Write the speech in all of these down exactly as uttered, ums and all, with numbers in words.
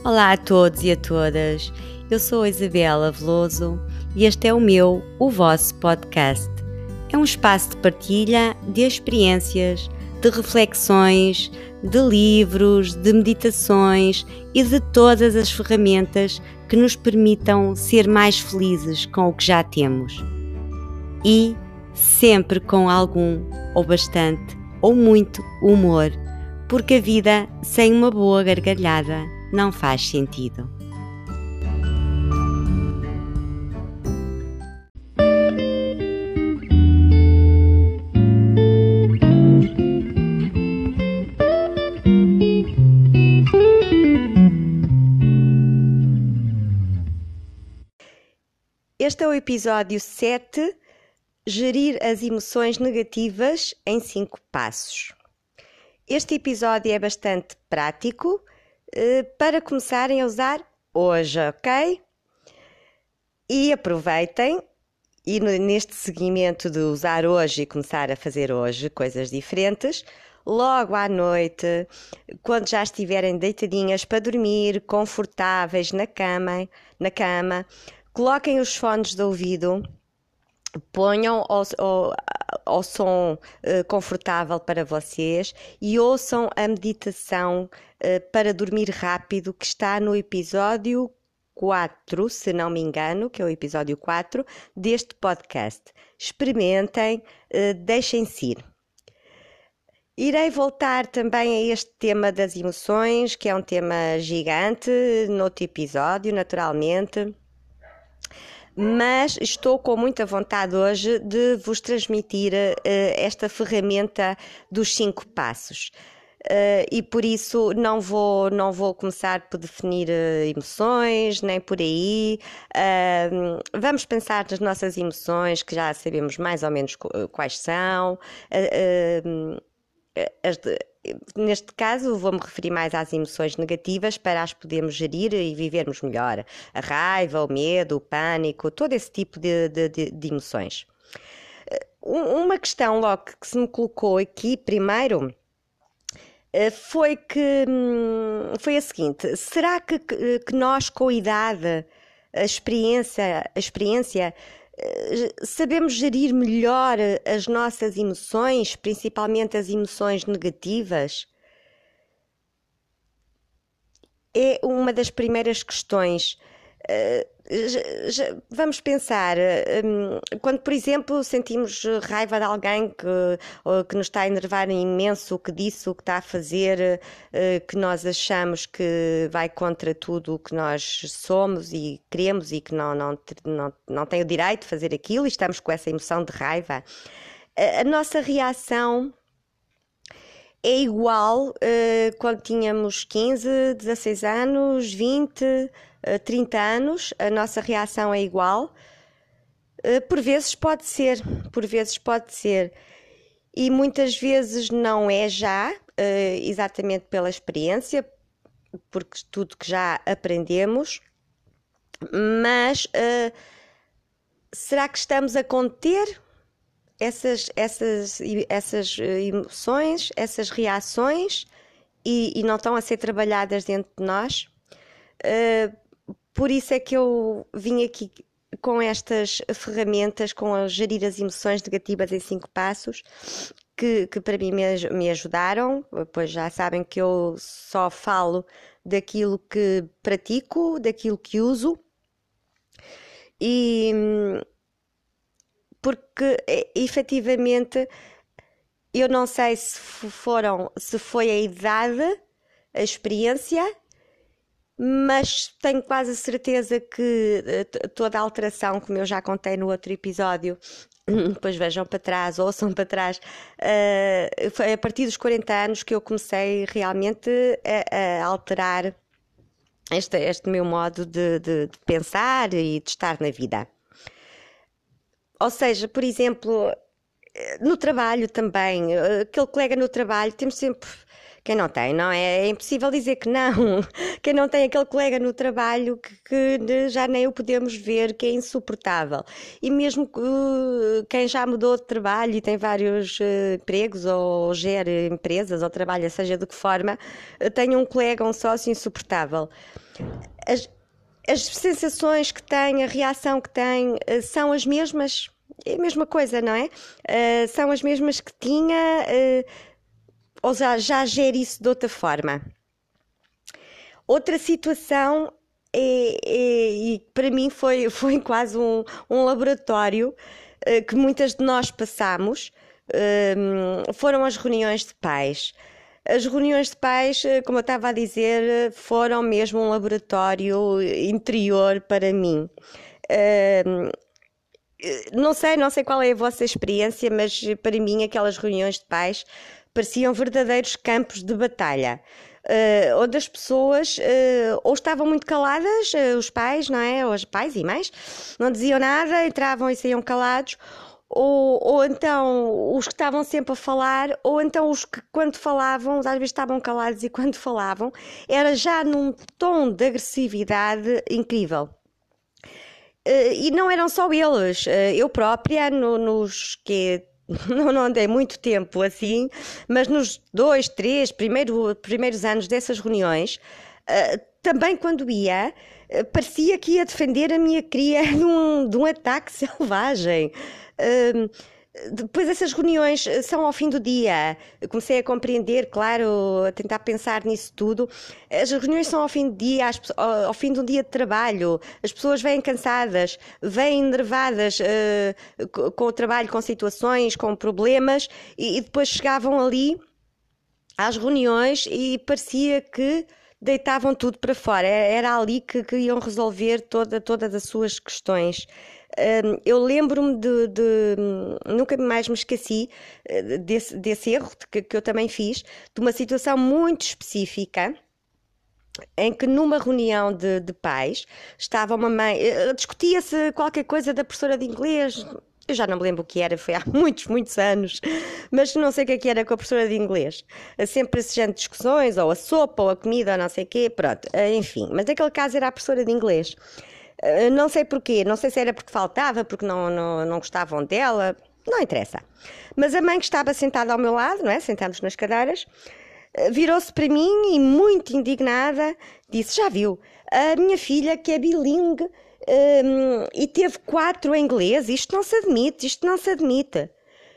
Olá a todos e a todas, eu sou a Isabela Veloso e este é o meu, o vosso podcast. É um espaço de partilha, de experiências, de reflexões, de livros, de meditações e de todas as ferramentas que nos permitam ser mais felizes com o que já temos. E sempre com algum, ou bastante, ou muito humor, porque a vida sem uma boa gargalhada não faz sentido. Este é o episódio sete, Gerir as emoções negativas em cinco passos. Este episódio é bastante prático eh, para começarem a usar hoje, ok? E aproveitem, e no, neste seguimento de usar hoje e começar a fazer hoje coisas diferentes, logo à noite, quando já estiverem deitadinhas para dormir, confortáveis na cama, na cama, coloquem os fones de ouvido, ponham o, o, o som uh, confortável para vocês e ouçam a meditação uh, para dormir rápido que está no episódio quatro, se não me engano, que é o episódio quatro deste podcast. Experimentem, uh, deixem-se ir. Irei voltar também a este tema das emoções, que é um tema gigante, noutro episódio, naturalmente. Mas estou com muita vontade hoje de vos transmitir uh, esta ferramenta dos cinco passos. Uh, e por isso não vou, não vou começar por definir uh, emoções, nem por aí. Uh, vamos pensar nas nossas emoções, que já sabemos mais ou menos quais são. Uh, uh, as de, Neste caso, vou-me referir mais às emoções negativas para as podermos gerir e vivermos melhor. A raiva, o medo, o pânico, todo esse tipo de, de, de emoções. Uma questão logo que se me colocou aqui primeiro foi que foi a seguinte: será que, que nós, com a idade, a experiência, a experiência sabemos gerir melhor as nossas emoções, principalmente as emoções negativas? É uma das primeiras questões. Vamos pensar, quando, por exemplo, sentimos raiva de alguém que, que nos está a enervar imenso, o que disse, o que está a fazer, que nós achamos que vai contra tudo o que nós somos e queremos e que não, não, não, não tem o direito de fazer aquilo e estamos com essa emoção de raiva, a nossa reação é igual uh, quando tínhamos quinze, dezasseis anos, vinte, uh, trinta anos, a nossa reação é igual. Uh, por vezes pode ser, por vezes pode ser. E muitas vezes não é já, uh, exatamente pela experiência, porque tudo que já aprendemos, mas uh, será que estamos a conter Essas, essas, essas emoções, essas reações e, e não estão a ser trabalhadas dentro de nós? Uh, por isso é que eu vim aqui com estas ferramentas, com a gerir as emoções negativas em cinco passos, que, que para mim me, me ajudaram, pois já sabem que eu só falo daquilo que pratico, daquilo que uso e... porque efetivamente eu não sei se foram, se foi a idade, a experiência, mas tenho quase a certeza que toda a alteração, como eu já contei no outro episódio, depois vejam para trás, ouçam para trás, uh, foi a partir dos quarenta anos que eu comecei realmente a, a alterar este, este meu modo de, de, de pensar e de estar na vida. Ou seja, por exemplo, no trabalho também, aquele colega no trabalho, temos sempre Quem não tem, não é? É impossível dizer que não. Quem não tem aquele colega no trabalho que, que já nem o podemos ver, que é insuportável. E mesmo uh, quem já mudou de trabalho e tem vários uh, empregos, ou gera empresas, ou trabalha, seja de que forma, uh, tem um colega, um sócio insuportável. As, as sensações que tem, a reação que tem, uh, são as mesmas. É a mesma coisa, não é? Uh, são as mesmas que tinha, uh, ou já, já gera isso de outra forma. Outra situação, é, é, e para mim foi, foi quase um, um laboratório uh, que muitas de nós passamos, uh, foram as reuniões de pais. As reuniões de pais, como eu estava a dizer, foram mesmo um laboratório interior para mim. Uh, Não sei, não sei qual é a vossa experiência, mas para mim aquelas reuniões de pais pareciam verdadeiros campos de batalha, uh, onde as pessoas uh, ou estavam muito caladas, uh, os pais, não é? Ou os pais e mães, não diziam nada, entravam e saíam calados, ou, ou então os que estavam sempre a falar, ou então os que quando falavam, às vezes estavam calados e quando falavam, era já num tom de agressividade incrível. Uh, e não eram só eles, uh, eu própria, no, nos que não, não andei muito tempo assim, mas nos dois, três primeiro, primeiros anos dessas reuniões, uh, também quando ia, uh, parecia que ia defender a minha cria de um, de um ataque selvagem. Uh, Depois essas reuniões são ao fim do dia. Eu comecei a compreender, claro, a tentar pensar nisso tudo. As reuniões são ao fim do dia, ao fim de um dia de trabalho. As pessoas vêm cansadas, vêm enervadas uh, com o trabalho, com situações, com problemas, e, e depois chegavam ali às reuniões e parecia que deitavam tudo para fora. Era ali que, que iam resolver toda, todas as suas questões. Eu lembro-me de, de, nunca mais me esqueci desse, desse erro que, que eu também fiz, de uma situação muito específica, em que numa reunião de, de pais, estava uma mãe, discutia-se qualquer coisa da professora de inglês, eu já não me lembro o que era, foi há muitos, muitos anos, mas não sei o que é que era com a professora de inglês. Sempre assejando discussões, ou a sopa, ou a comida, ou não sei o quê, pronto, enfim. Mas naquele caso era a professora de inglês. Não sei porquê, não sei se era porque faltava, porque não, não, não gostavam dela, não interessa. Mas a mãe que estava sentada ao meu lado, não é? Sentámos nas cadeiras, virou-se para mim e muito indignada disse, já viu, a minha filha que é bilingue um, e teve quatro em inglês, isto não se admite, isto não se admite.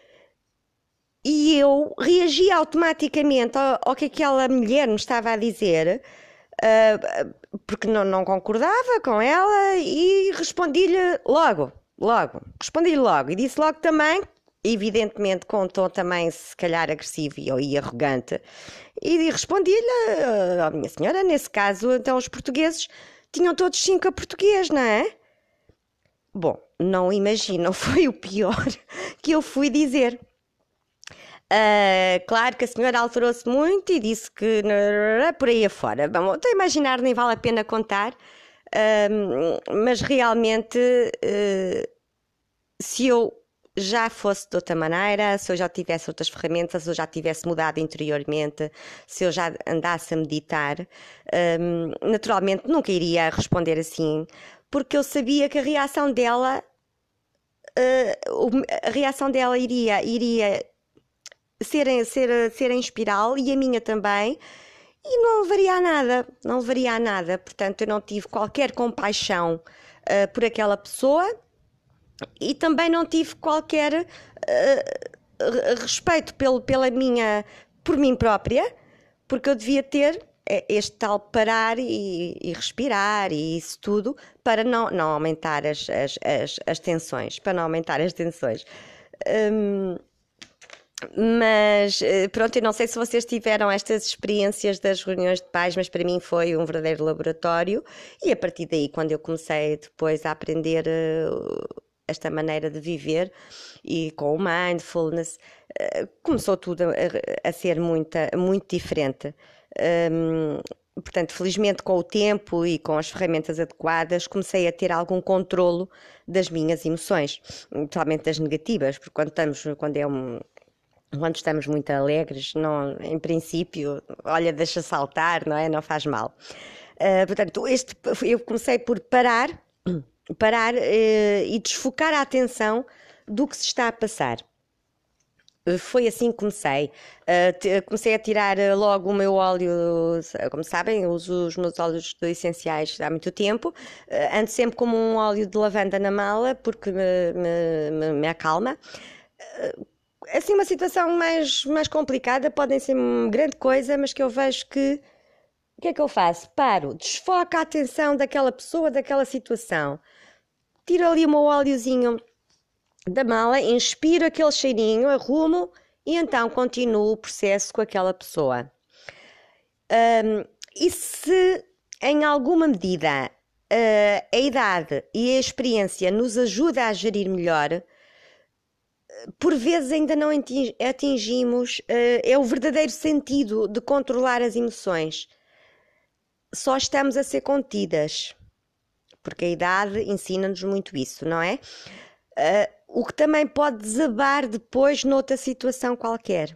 E eu reagi automaticamente ao, ao que aquela mulher me estava a dizer, uh, porque não, não concordava com ela, e respondi-lhe logo, logo, respondi-lhe logo, e disse logo também, evidentemente com um tom também se calhar agressivo e arrogante, e respondi-lhe, oh, minha senhora, nesse caso, então os portugueses tinham todos cinco a português, não é? Bom, não imaginam, foi o pior que eu fui dizer. Uh, claro que a senhora alterou-se muito e disse que por aí afora. Bom, estou a imaginar, nem vale a pena contar, uh, mas realmente, uh, se eu já fosse de outra maneira, se eu já tivesse outras ferramentas, se eu já tivesse mudado interiormente, se eu já andasse a meditar, um, naturalmente nunca iria responder assim, porque eu sabia que a reação dela, uh, a reação dela iria, iria ser, ser, ser em espiral, e a minha também, e não levaria a nada, não levaria a nada. Portanto, eu não tive qualquer compaixão uh, por aquela pessoa. E também não tive qualquer uh, respeito pelo, pela minha, por mim própria, porque eu devia ter este tal parar e, e respirar e isso tudo para não, não aumentar as, as, as, as tensões, para não aumentar as tensões. Um, mas pronto, eu não sei se vocês tiveram estas experiências das reuniões de pais, mas para mim foi um verdadeiro laboratório, e a partir daí, quando eu comecei depois a aprender uh, esta maneira de viver, e com o mindfulness, começou tudo a, a ser muito, muito diferente. Um, portanto, felizmente com o tempo e com as ferramentas adequadas, comecei a ter algum controlo das minhas emoções, totalmente das negativas, porque quando estamos, quando é um, quando estamos muito alegres, não, em princípio, olha, deixa saltar, não é? Não faz mal. Uh, portanto, este, eu comecei por parar, parar uh, e desfocar a atenção do que se está a passar. Foi assim que comecei. Uh, comecei a tirar logo o meu óleo, como sabem, eu uso os meus óleos essenciais há muito tempo. Uh, ando sempre com um óleo de lavanda na mala porque me, me, me acalma. Uh, assim, uma situação mais, mais complicada, podem ser uma grande coisa, mas que eu vejo que o que é que eu faço? Paro, desfoco a atenção daquela pessoa, daquela situação. Tiro ali o meu óleozinho da mala, inspiro aquele cheirinho, arrumo e então continuo o processo com aquela pessoa. Um, e se em alguma medida uh, a idade e a experiência nos ajuda a gerir melhor, por vezes ainda não atingimos, uh, é o verdadeiro sentido de controlar as emoções. Só estamos a ser contidas, porque a idade ensina-nos muito isso, não é? Uh, o que também pode desabar depois noutra situação qualquer.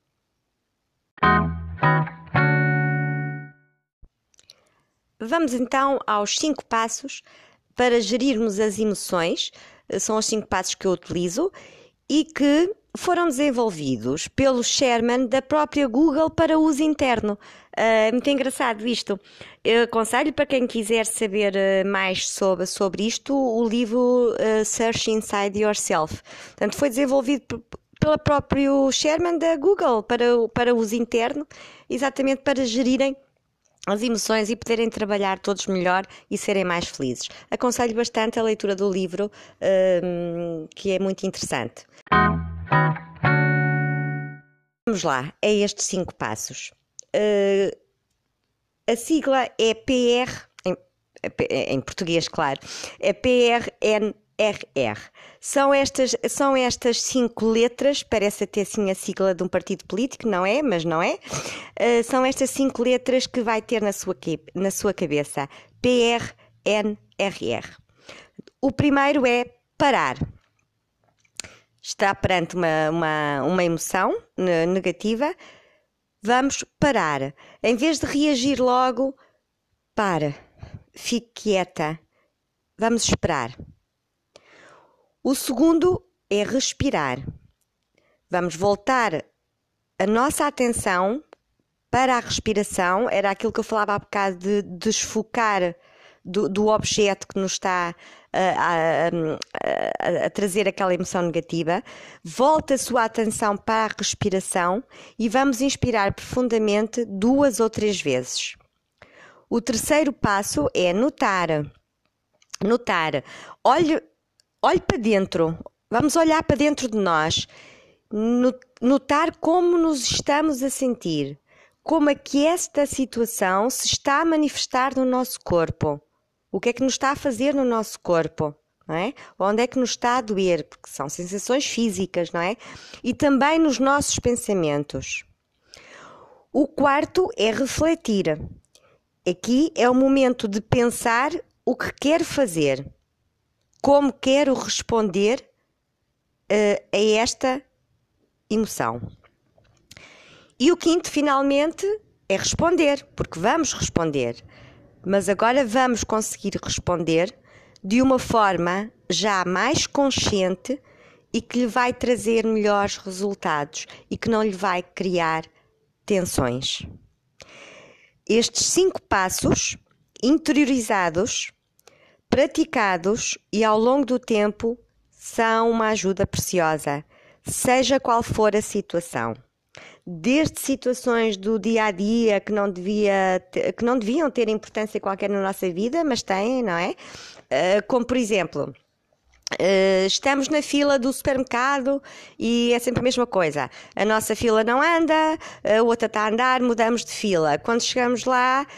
Vamos então aos cinco passos para gerirmos as emoções. São os cinco passos que eu utilizo e que foram desenvolvidos pelo Sherman da própria Google para uso interno. É uh, muito engraçado isto. Eu aconselho para quem quiser saber uh, mais sobre, sobre isto o livro uh, Search Inside Yourself. Portanto, foi desenvolvido pelo próprio Sherman da Google para, para uso interno, exatamente para gerirem as emoções e poderem trabalhar todos melhor e serem mais felizes. Aconselho bastante a leitura do livro, uh, que é muito interessante. Vamos lá, é estes cinco passos. Uh, a sigla é P R, em, em português, claro, é P R N R R. São estas, são estas cinco letras, parece até assim a sigla de um partido político, não é? Mas não é. Uh, são estas cinco letras que vai ter na sua, na sua cabeça. P R N R R. O primeiro é parar. Está perante uma, uma, uma emoção negativa, vamos parar. Em vez de reagir logo, para, fique quieta, vamos esperar. O segundo é respirar. Vamos voltar a nossa atenção para a respiração, era aquilo que eu falava há bocado de desfocar do, do objeto que nos está a, a, a, a trazer aquela emoção negativa. Volta a sua atenção para a respiração e vamos inspirar profundamente duas ou três vezes. O terceiro passo é notar. Notar. Olhe, olhe para dentro. Vamos olhar para dentro de nós. Notar como nos estamos a sentir. Como é que esta situação se está a manifestar no nosso corpo. O que é que nos está a fazer no nosso corpo, não é? Onde é que nos está a doer, porque são sensações físicas, não é? E também nos nossos pensamentos. O quarto é refletir. Aqui é o momento de pensar o que quero fazer, como quero responder uh, a esta emoção. E o quinto, finalmente, é responder, porque vamos responder. Mas agora vamos conseguir responder de uma forma já mais consciente e que lhe vai trazer melhores resultados e que não lhe vai criar tensões. Estes cinco passos, interiorizados, praticados e ao longo do tempo, são uma ajuda preciosa, seja qual for a situação. Desde situações do dia a dia que não, devia, que não deviam ter importância qualquer na nossa vida, mas têm, não é? Como por exemplo, estamos na fila do supermercado e é sempre a mesma coisa. A nossa fila não anda, a outra está a andar, mudamos de fila. Quando chegamos lá,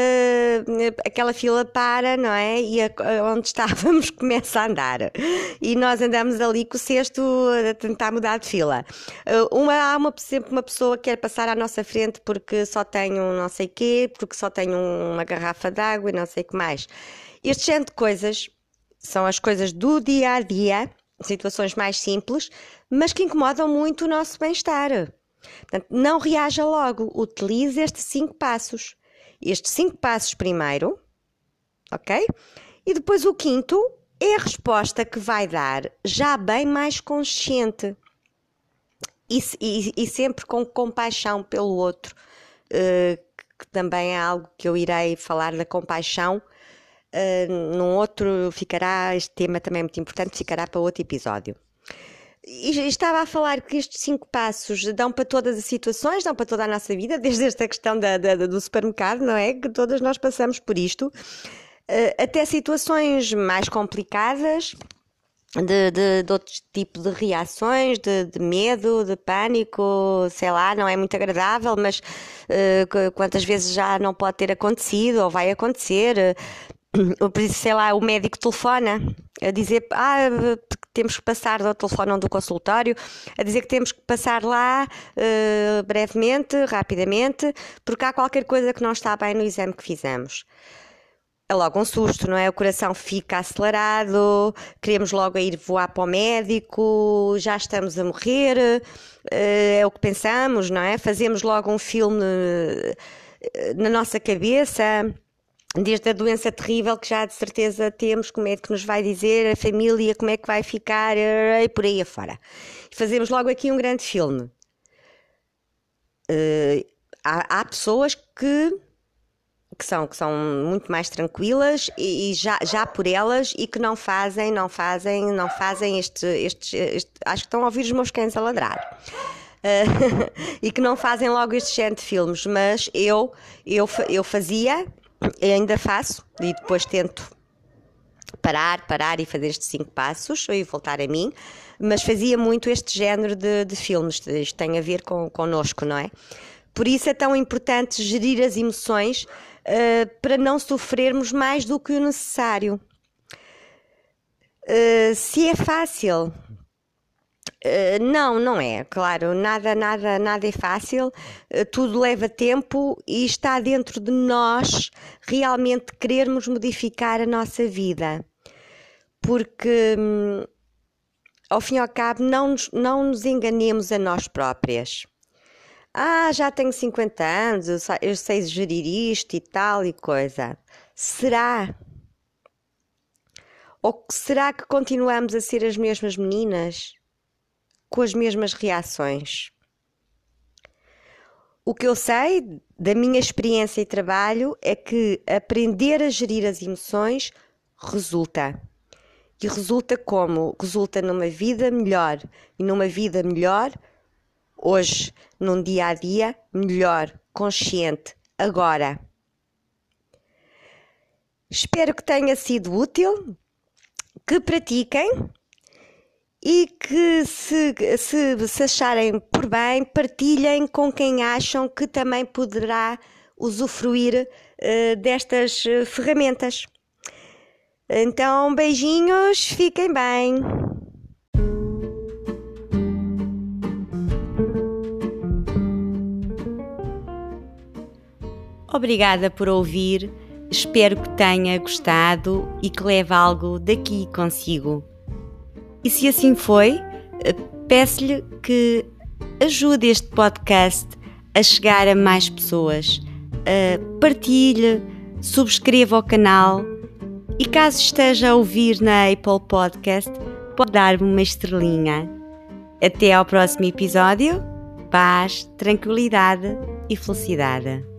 aquela fila para, não é? E onde estávamos começa a andar. E nós andamos ali com o cesto a tentar mudar de fila. Uma, há uma, sempre uma pessoa que quer passar à nossa frente porque só tem um não sei quê, porque só tem uma garrafa de água e não sei o que mais. Este género de coisas são as coisas do dia a dia, situações mais simples, mas que incomodam muito o nosso bem-estar. Portanto, não reaja logo, utilize estes cinco passos. Estes cinco passos primeiro, ok? E depois o quinto é a resposta que vai dar já bem mais consciente e, e, e sempre com compaixão pelo outro, uh, que também é algo que eu irei falar da compaixão. Uh, num outro ficará, este tema também é muito importante, ficará para outro episódio. E estava a falar que estes cinco passos dão para todas as situações, dão para toda a nossa vida, desde esta questão da, da, do supermercado, não é? Que todas nós passamos por isto, uh, até situações mais complicadas, de, de, de outro tipo de reações, de, de medo, de pânico, sei lá, não é muito agradável, mas uh, quantas vezes já não pode ter acontecido ou vai acontecer. Uh, por isso, sei lá, o médico telefona a dizer, ah, temos que passar do telefone do consultório, a dizer que temos que passar lá uh, brevemente, rapidamente, porque há qualquer coisa que não está bem no exame que fizemos. É logo um susto, não é? O coração fica acelerado, queremos logo ir voar para o médico, já estamos a morrer, uh, é o que pensamos, não é? Fazemos logo um filme uh, na nossa cabeça, desde a doença terrível que já de certeza temos, como é que nos vai dizer, a família, como é que vai ficar, e por aí afora. E fazemos logo aqui um grande filme. Uh, há, há pessoas que, que, são, que são muito mais tranquilas e, e já, já por elas e que não fazem, não fazem, não fazem este, este, este acho que estão a ouvir os meus cães a ladrar. Uh, e que não fazem logo este género de filmes, mas eu, eu, eu fazia... Eu ainda faço e depois tento parar, parar e fazer estes cinco passos e voltar a mim, mas fazia muito este género de, de filmes, isto tem a ver com, connosco, não é? Por isso é tão importante gerir as emoções uh, para não sofrermos mais do que o necessário. Uh, se é fácil... Uh, não, não é, claro, nada, nada, nada é fácil, uh, tudo leva tempo e está dentro de nós realmente querermos modificar a nossa vida, porque hum, ao fim e ao cabo não nos, não nos enganemos a nós próprias. Ah, já tenho cinquenta anos, eu, eu sei gerir isto e tal e coisa. Será? Ou será que continuamos a ser as mesmas meninas? Com as mesmas reações. O que eu sei da minha experiência e trabalho é que aprender a gerir as emoções resulta. E resulta como? Resulta numa vida melhor. E numa vida melhor, hoje, num dia a dia, melhor, consciente, agora. Espero que tenha sido útil, que pratiquem. E que se, se, se acharem por bem, partilhem com quem acham que também poderá usufruir uh, destas uh, ferramentas. Então, beijinhos, fiquem bem. Obrigada por ouvir, espero que tenha gostado e que leve algo daqui consigo. E se assim foi, peço-lhe que ajude este podcast a chegar a mais pessoas. Partilhe, subscreva o canal e caso esteja a ouvir na Apple Podcast, pode dar-me uma estrelinha. Até ao próximo episódio. Paz, tranquilidade e felicidade.